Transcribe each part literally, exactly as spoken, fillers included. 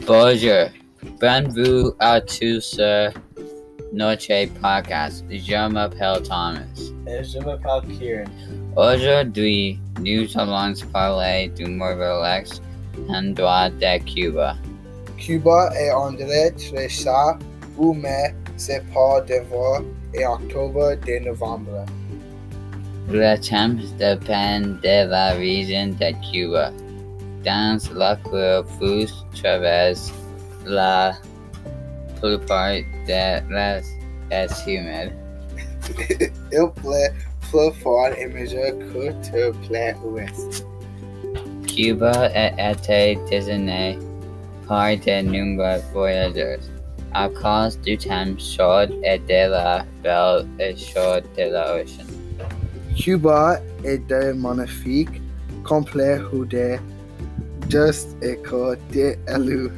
Bonjour, bienvenue à tous sur notre podcast. Je m'appelle Thomas. Et je m'appelle Kieran. Aujourd'hui, nous allons parler du mauvais endroit de Cuba. Cuba est un endroit très chaud où mais c'est pas d'hiver et octobre et novembre. Le temps dépend de la région de Cuba, dans laquelle vous traversez la plupart de l'est est humide. Il pleut plus fort et mesure que le plein ouest. Cuba a été désigné par de nombreux voyageurs à cause du temps chaud et de la belle et chaude de l'océan. Cuba est de magnifique, complet ou de juste et que de élu.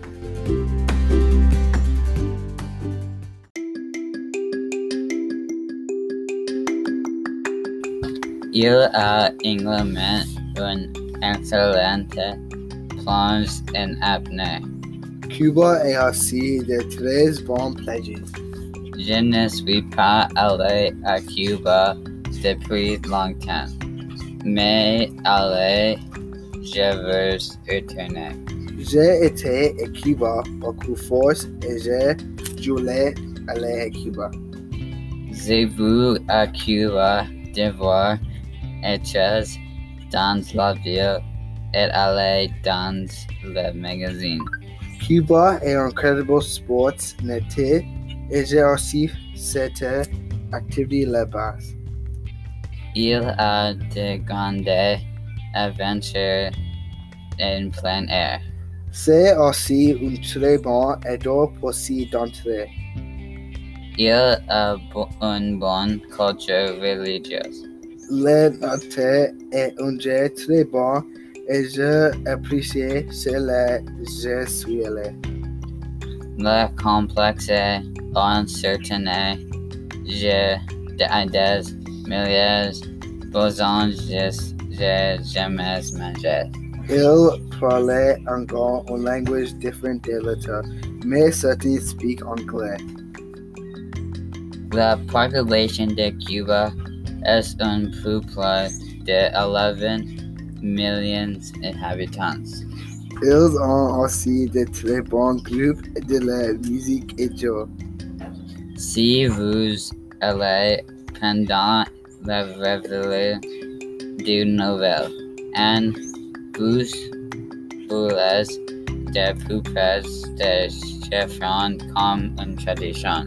Il y a également une excellente plage en apnée. Cuba est aussi de très bonnes plages. Je ne suis pas allé à Cuba depuis longtemps, mais allé, je veux retourner. J'ai été à Cuba beaucoup fort et je voulais aller à Cuba. J'ai vu à Cuba devoir être dans la ville et aller dans le magazine. Cuba est un incredible sport l'été et j'ai aussi cette activité là-bas. Il y a de grandes aventures en plein air. C'est aussi un très bon endroit pour s'y d'entrer. Il y a une bonne culture religieuse. Le note est un jeu très bon et je apprécie cela je suis allé. Le complexe en certain jeu de des milliers besoin je jamais mangé. Il parlait encore une langue différente de l'autre, mais certains speak anglais. La population de Cuba est un peuple de eleven millions d'habitants. Ils ont aussi de très bons groupes de la musique et jeu. Si vous allez pendant la réveillon du Nouvel An, vous voulez de poupées de chiffon comme une tradition.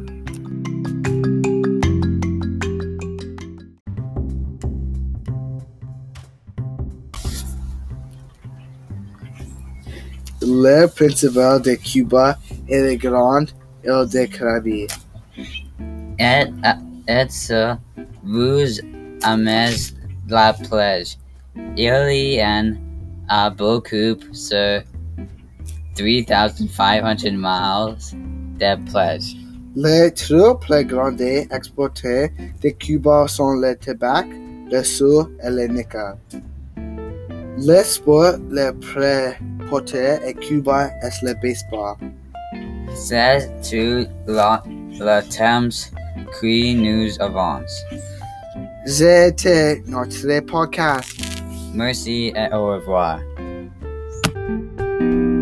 Le principal de Cuba est la grande île des Caraïbes. Et, et ça, vous aimez la plage. Il y en a beaucoup sur three thousand five hundred miles de plage. Les trois plus grandes exportateurs de Cuba sont le tabac, le sucre et le nickel. Le sport le plus porté à Cuba est le baseball. C'est tout le, le temps que nous avons. C'était notre podcast. Merci et au revoir.